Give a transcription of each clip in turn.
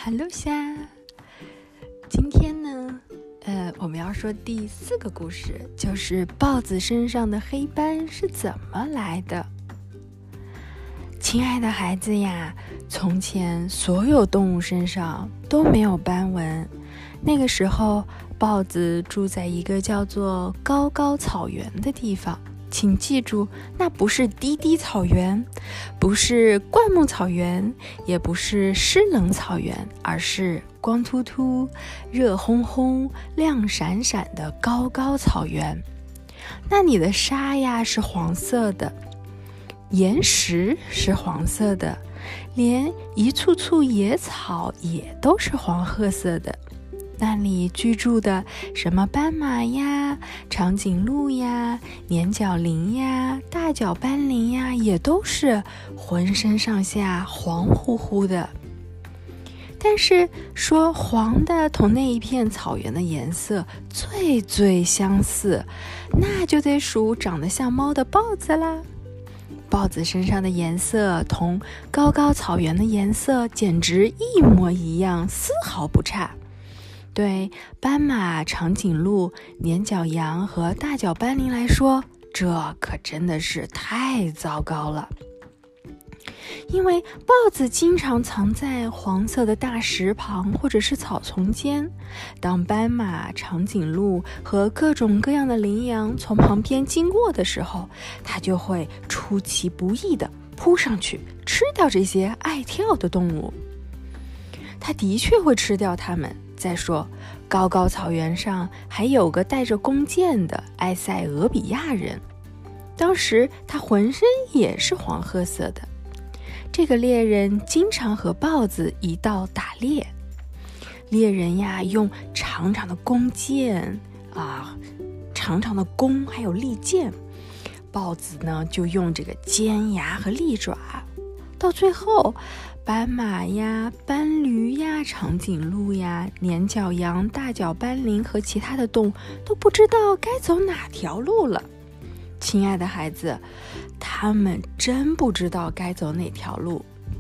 Hello 虾，今天呢，我们要说第4个故事，就是豹子身上的黑斑是怎么来的。亲爱的孩子呀，从前所有动物身上都没有斑纹，那个时候豹子住在一个叫做高高草原的地方。请记住，那不是低低草原，不是灌木草原，也不是湿冷草原，而是光秃秃、热烘烘、亮闪闪的高高草原。那里的沙呀是黄色的，岩石是黄色的，连一簇簇野草也都是黄褐色的。那里居住的什么斑马呀、长颈鹿呀、年角羚呀、大角斑羚呀，也都是浑身上下黄乎乎的。但是说黄的同那一片草原的颜色最相似，那就得数长得像猫的豹子啦。豹子身上的颜色同高高草原的颜色简直一模一样，丝毫不差。对斑马、长颈鹿、年角羊和大角斑羚来说，这可真的是太糟糕了。因为豹子经常藏在黄色的大石旁或者是草丛间，当斑马、长颈鹿和各种各样的羚羊从旁边经过的时候，它就会出其不意地扑上去吃掉这些爱跳的动物。它的确会吃掉它们。再说，高高草原上还有个带着弓箭的埃塞俄比亚人，当时他浑身也是黄褐色的。这个猎人经常和豹子一道打猎。猎人呀，用长长的弓箭长长的弓还有利箭，豹子呢就用这个尖牙和利爪。到最后，斑马呀、斑驴呀、长颈鹿呀、年角羊、大角斑羚和其他的动物都不知道该走哪条路了。亲爱的孩子，他们真不知道该走哪条路。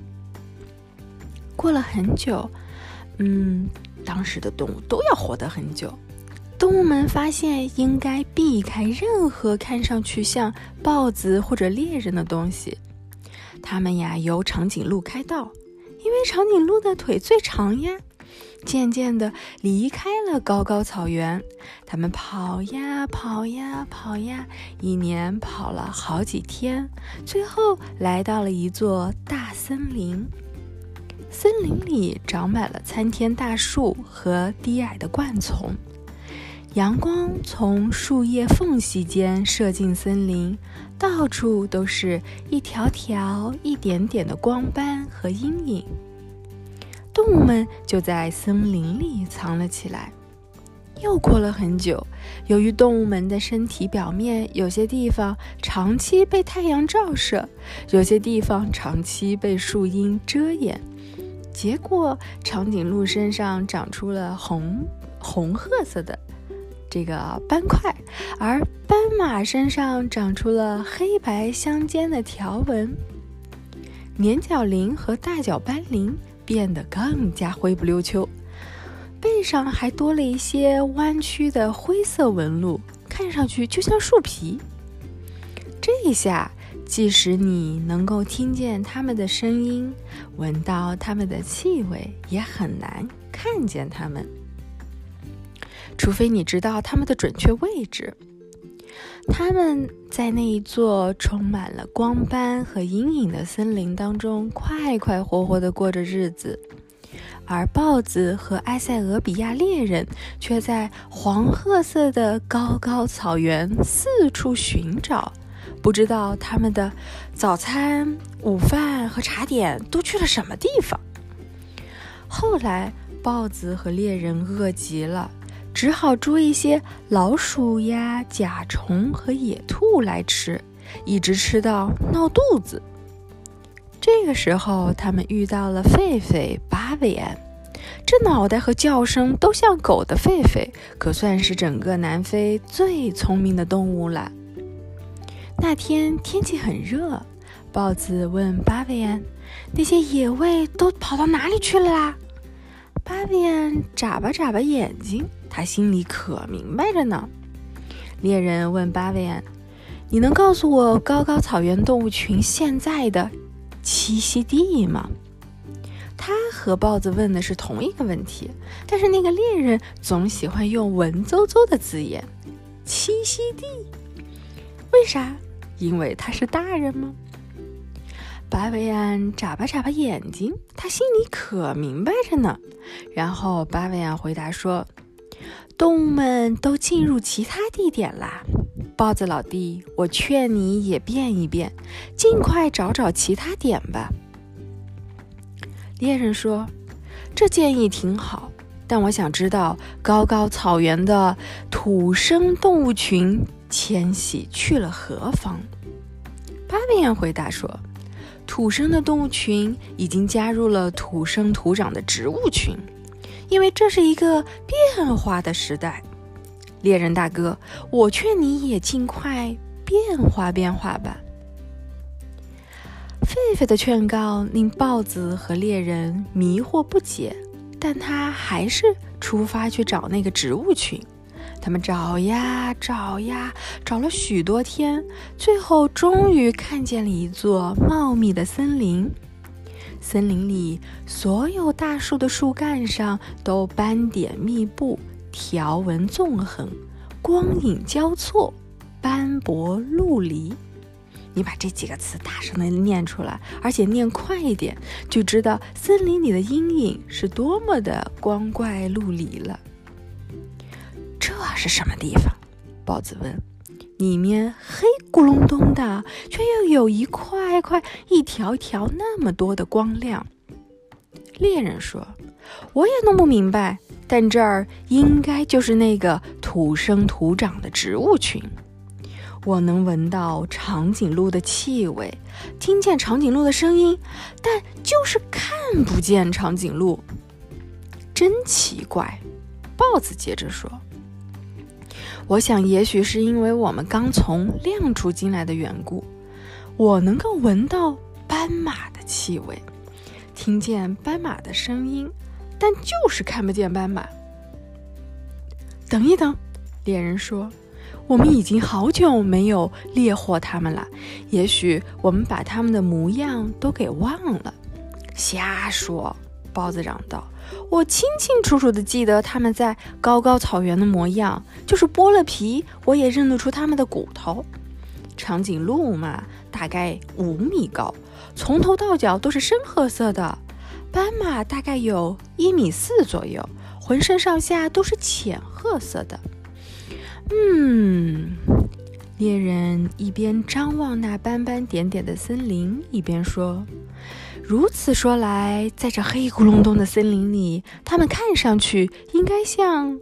过了很久，当时的动物都要活得很久。动物们发现应该避开任何看上去像豹子或者猎人的东西。他们呀由长颈鹿开道，因为长颈鹿的腿最长呀。渐渐地离开了高高草原，他们跑呀，一年跑了好几天，最后来到了一座大森林。森林里长满了参天大树和低矮的灌丛，阳光从树叶缝隙间射进森林，到处都是一条条、一点点的光斑和阴影。动物们就在森林里藏了起来。又过了很久，由于动物们的身体表面有些地方长期被太阳照射，有些地方长期被树荫遮掩，结果长颈鹿身上长出了红褐色的这个斑块，而斑马身上长出了黑白相间的条纹，年角羚和大角斑羚变得更加灰不溜秋，背上还多了一些弯曲的灰色纹路，看上去就像树皮。这一下，即使你能够听见它们的声音，闻到它们的气味，也很难看见它们，除非你知道它们的准确位置。它们在那一座充满了光斑和阴影的森林当中快活活地过着日子，而豹子和埃塞俄比亚猎人却在黄褐色的高高草原四处寻找，不知道他们的早餐、午饭和茶点都去了什么地方。后来豹子和猎人饿极了，只好捉一些老鼠呀、甲虫和野兔来吃，一直吃到闹肚子。这个时候，他们遇到了狒狒巴维安，这脑袋和叫声都像狗的狒狒，可算是整个南非最聪明的动物了。那天天气很热，豹子问巴维安：“那些野味都跑到哪里去了啦？” 巴维安眨巴眨巴眼睛，他心里可明白着呢。猎人问巴维安：“你能告诉我高高草原动物群现在的栖息地吗？”他和豹子问的是同一个问题，但是那个猎人总喜欢用文绉绉的字眼。栖息地？为啥？因为他是大人吗？巴维安眨巴眨巴眼睛，他心里可明白着呢。然后巴维安回答说：“动物们都进入其他地点啦。豹子老弟，我劝你也变一变，尽快找找其他点吧。”猎人说：“这建议挺好，但我想知道高高草原的土生动物群迁徙去了何方？”巴维安回答说：“土生的动物群已经加入了土生土长的植物群，因为这是一个变化的时代。猎人大哥，我劝你也尽快变化变化吧。”狒狒的劝告令豹子和猎人迷惑不解，但他还是出发去找那个植物群。他们找呀找呀，找了许多天，最后终于看见了一座茂密的森林。森林里所有大树的树干上都斑点密布，条纹纵横，光影交错，斑驳陆离。你把这几个词大声的念出来，而且念快一点，就知道森林里的阴影是多么的光怪陆离了。这是什么地方？豹子问。里面黑咕隆咚的，却又有一块块、一条一条那么多的光亮。猎人说：“我也弄不明白，但这儿应该就是那个土生土长的植物群。我能闻到长颈鹿的气味，听见长颈鹿的声音，但就是看不见长颈鹿。真奇怪。”豹子接着说：“我想也许是因为我们刚从亮处进来的缘故，我能够闻到斑马的气味，听见斑马的声音，但就是看不见斑马。”等一等，猎人说：“我们已经好久没有猎获它们了，也许我们把它们的模样都给忘了。”瞎说！豹子嚷道：“我清清楚楚地记得它们在高高草原的模样，就是剥了皮，我也认得出它们的骨头。长颈鹿嘛，大概5米高，从头到脚都是深褐色的；斑马大概有1.4米左右，浑身上下都是浅褐色的。”猎人一边张望那斑斑点点的森林，一边说：“如此说来，在这黑咕隆咚的森林里，它们看上去应该像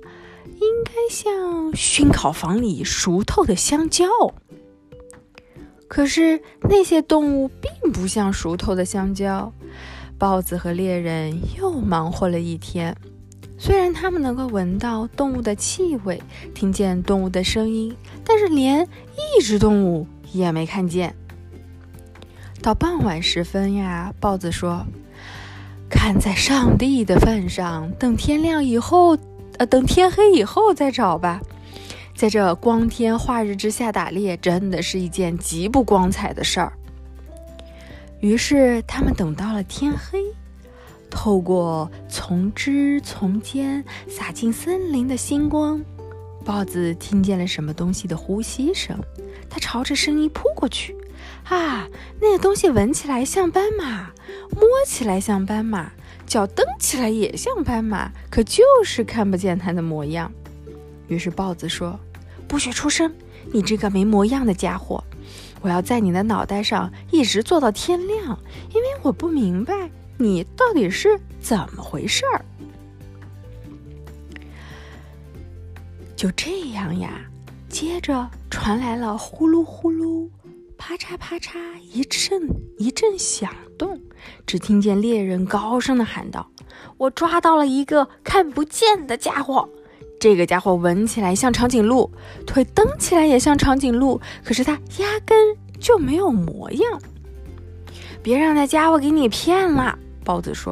熏烤房里熟透的香蕉。可是那些动物并不像熟透的香蕉。”豹子和猎人又忙活了一天。虽然他们能够闻到动物的气味，听见动物的声音，但是连一只动物也没看见。到傍晚时分呀，豹子说：“看在上帝的份上，等天黑以后再找吧。在这光天化日之下打猎，真的是一件极不光彩的事儿。”于是他们等到了天黑，透过从枝从间洒进森林的星光，豹子听见了什么东西的呼吸声，他朝着声音扑过去。那个东西闻起来像斑马，摸起来像斑马，脚蹬起来也像斑马，可就是看不见它的模样。于是豹子说：“不许出声，你这个没模样的家伙！我要在你的脑袋上一直坐到天亮，因为我不明白你到底是怎么回事儿。”就这样呀，接着传来了呼噜呼噜、啪嚓啪嚓一阵响动，只听见猎人高声地喊道：“我抓到了一个看不见的家伙！这个家伙闻起来像长颈鹿，腿蹬起来也像长颈鹿，可是它压根就没有模样。”“别让那家伙给你骗了。”豹子说，“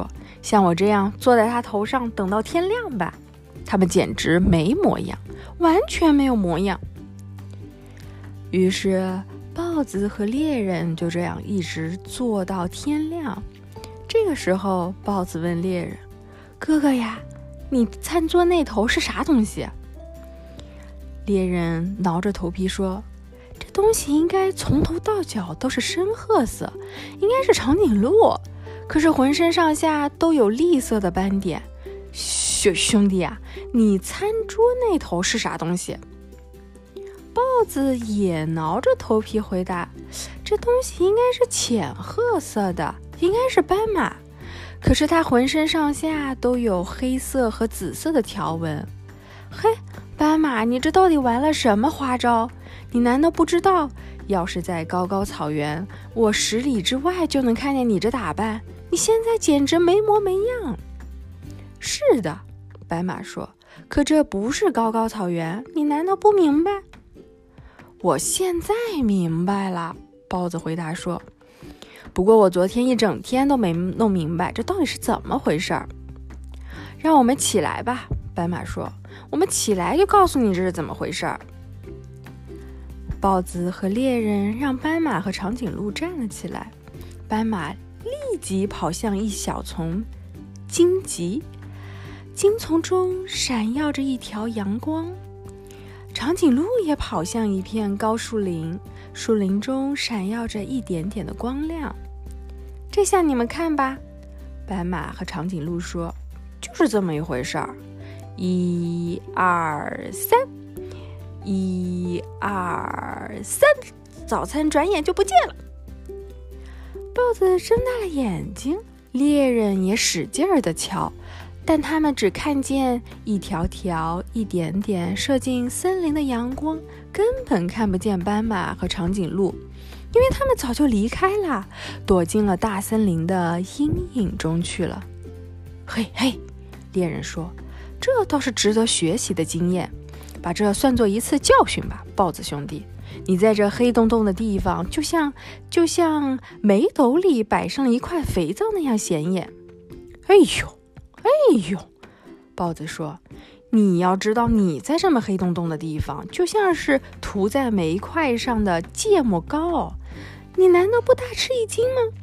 像我这样坐在它头上等到天亮吧。它们简直没模样，完全没有模样。于是豹子和猎人就这样一直坐到天亮。这个时候，豹子问猎人：“哥哥呀，你餐桌那头是啥东西？”猎人挠着头皮说：“这东西应该从头到脚都是深褐色，应该是长颈鹿，可是浑身上下都有栗色的斑点。兄弟啊，你餐桌那头是啥东西？”豹子也挠着头皮回答：“这东西应该是浅褐色的，应该是斑马，可是它浑身上下都有黑色和紫色的条纹。”嘿，斑马，你这到底玩了什么花招？你难道不知道，要是在高高草原，我10里之外就能看见你这打扮？你现在简直没模没样。是的，斑马说，可这不是高高草原，你难道不明白？我现在明白了，豹子回答说。不过我昨天一整天都没弄明白，这到底是怎么回事儿。让我们起来吧，斑马说，我们起来就告诉你这是怎么回事儿。豹子和猎人让斑马和长颈鹿站了起来，斑马立即跑向一小丛荆棘，荆丛中闪耀着一条阳光。长颈鹿也跑向一片高树林，树林中闪耀着一点点的光亮。这下你们看吧，斑马和长颈鹿说，就是这么一回事儿。1、2、3，1、2、3，早餐转眼就不见了。豹子睁大了眼睛，猎人也使劲儿地瞧，但他们只看见一条条、一点点射进森林的阳光，根本看不见斑马和长颈鹿，因为他们早就离开了，躲进了大森林的阴影中去了。嘿嘿，猎人说，这倒是值得学习的经验，把这算作一次教训吧，豹子兄弟。你在这黑洞洞的地方，就像煤斗里摆上了一块肥皂那样显眼。哎呦，豹子说，你要知道，你在这么黑洞洞的地方，就像是涂在煤块上的芥末膏，你难道不大吃一惊吗？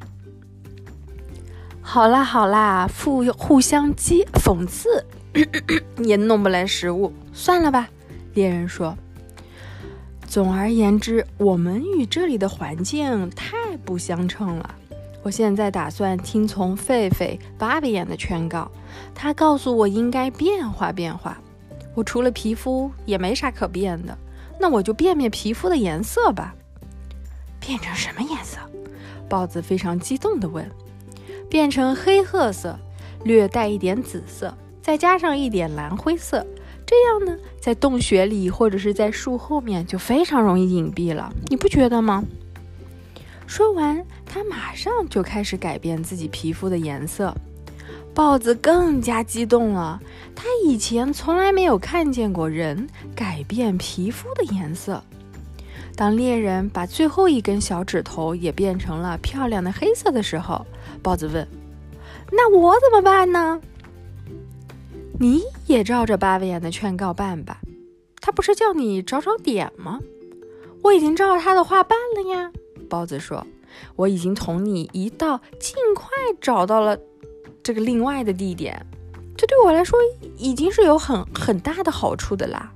好啦，互相讽刺也弄不来食物，算了吧，猎人说。总而言之，我们与这里的环境太不相称了。我现在打算听从狒狒巴比眼的劝告，他告诉我应该变化变化。我除了皮肤也没啥可变的，那我就变皮肤的颜色吧。变成什么颜色？豹子非常激动地问。变成黑褐色，略带一点紫色，再加上一点蓝灰色，这样呢，在洞穴里或者是在树后面就非常容易隐蔽了，你不觉得吗？说完，他马上就开始改变自己皮肤的颜色。豹子更加激动了，他以前从来没有看见过人改变皮肤的颜色。当猎人把最后一根小指头也变成了漂亮的黑色的时候，豹子问，那我怎么办呢？你也照着巴比眼的劝告办吧，他不是叫你找找点吗？我已经照他的话办了呀，豹子说，我已经同你一道尽快找到了这个另外的地点，这对我来说已经是有很大的好处的啦。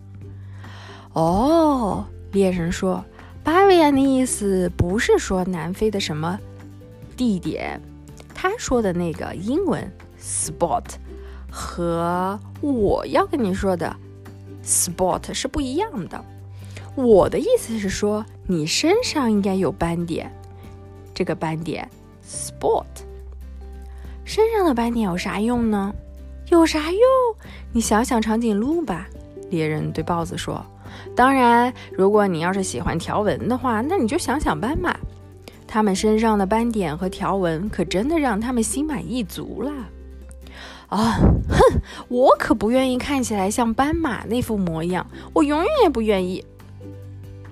哦，猎人说，巴比眼的意思不是说南非的什么地点，他说的那个英文 spot 和我要跟你说的 spot 是不一样的。我的意思是说，你身上应该有斑点，这个斑点 spot。 身上的斑点有啥用呢？有啥用？你想想长颈鹿吧，猎人对豹子说。当然，如果你要是喜欢条纹的话，那你就想想斑马，他们身上的斑点和条纹可真的让他们心满意足了。我可不愿意看起来像斑马那副模样，我永远也不愿意。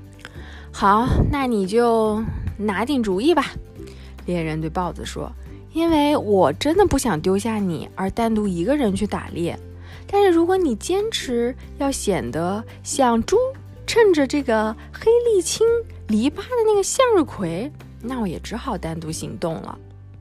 好，那你就拿定主意吧，猎人对豹子说， 因为我真的不想丢下你而单独一个人去打猎。但是如果你坚持要显得像猪趁着这个黑沥青篱笆的那个向日葵，那我也只好单独行动了。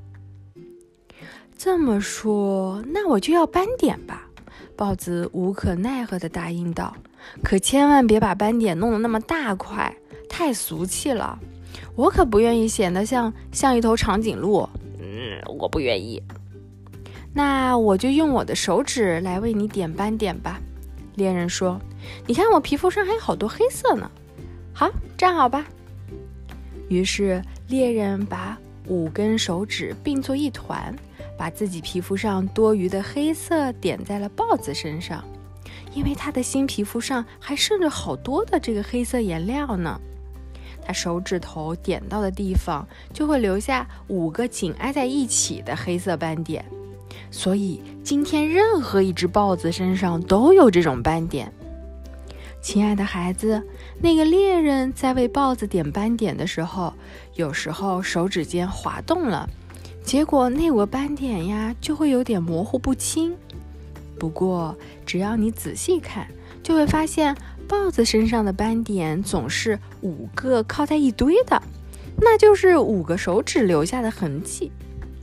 这么说，那我就要斑点吧。豹子无可奈何地答应道，可千万别把斑点弄得那么大块，太俗气了。我可不愿意显得像一头长颈鹿。我不愿意。那我就用我的手指来为你点斑点吧。猎人说，你看我皮肤上还有好多黑色呢。好，站好吧。于是猎人把5根手指并作一团，把自己皮肤上多余的黑色点在了豹子身上，因为他的新皮肤上还剩着好多的这个黑色颜料呢。他手指头点到的地方就会留下5个紧挨在一起的黑色斑点，所以今天任何一只豹子身上都有这种斑点。亲爱的孩子，那个猎人在为豹子点斑点的时候，有时候手指间滑动了，结果那5个斑点呀就会有点模糊不清。不过只要你仔细看，就会发现豹子身上的斑点总是5个靠在一堆的，那就是5个手指留下的痕迹。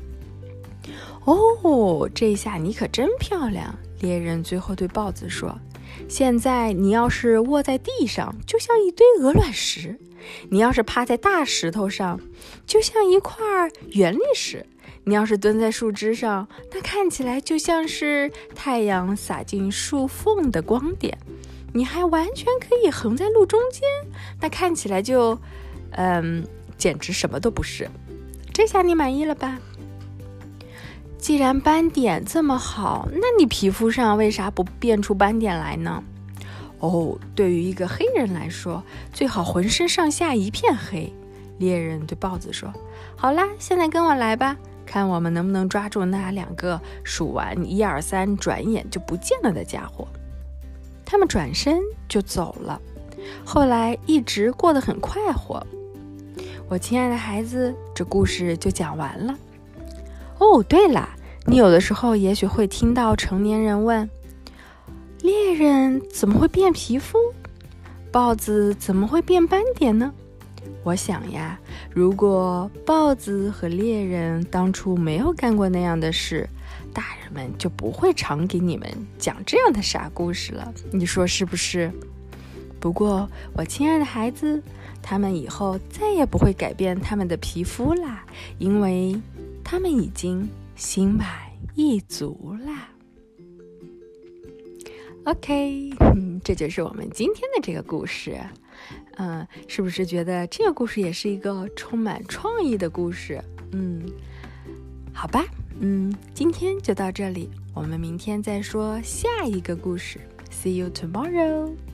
哦，这下你可真漂亮，猎人最后对豹子说，现在你要是卧在地上，就像一堆鹅卵石；你要是趴在大石头上，就像一块圆砾石；你要是蹲在树枝上，那看起来就像是太阳洒进树缝的光点；你还完全可以横在路中间，那看起来就简直什么都不是。这下你满意了吧？既然斑点这么好，那你皮肤上为啥不变出斑点来呢？哦，对于一个黑人来说，最好浑身上下一片黑。猎人对豹子说，好啦，现在跟我来吧，看我们能不能抓住那2个数完1、2、3转眼就不见了的家伙。他们转身就走了，后来一直过得很快活。我亲爱的孩子，这故事就讲完了。哦，对了，你有的时候也许会听到成年人问，猎人怎么会变皮肤？豹子怎么会变斑点呢？我想呀，如果豹子和猎人当初没有干过那样的事，大人们就不会常给你们讲这样的傻故事了，你说是不是？不过，我亲爱的孩子，他们以后再也不会改变他们的皮肤啦，因为他们已经心满意足啦。OK， 这就是我们今天的这个故事。是不是觉得这个故事也是一个充满创意的故事？好吧，今天就到这里，我们明天再说下一个故事。See you tomorrow.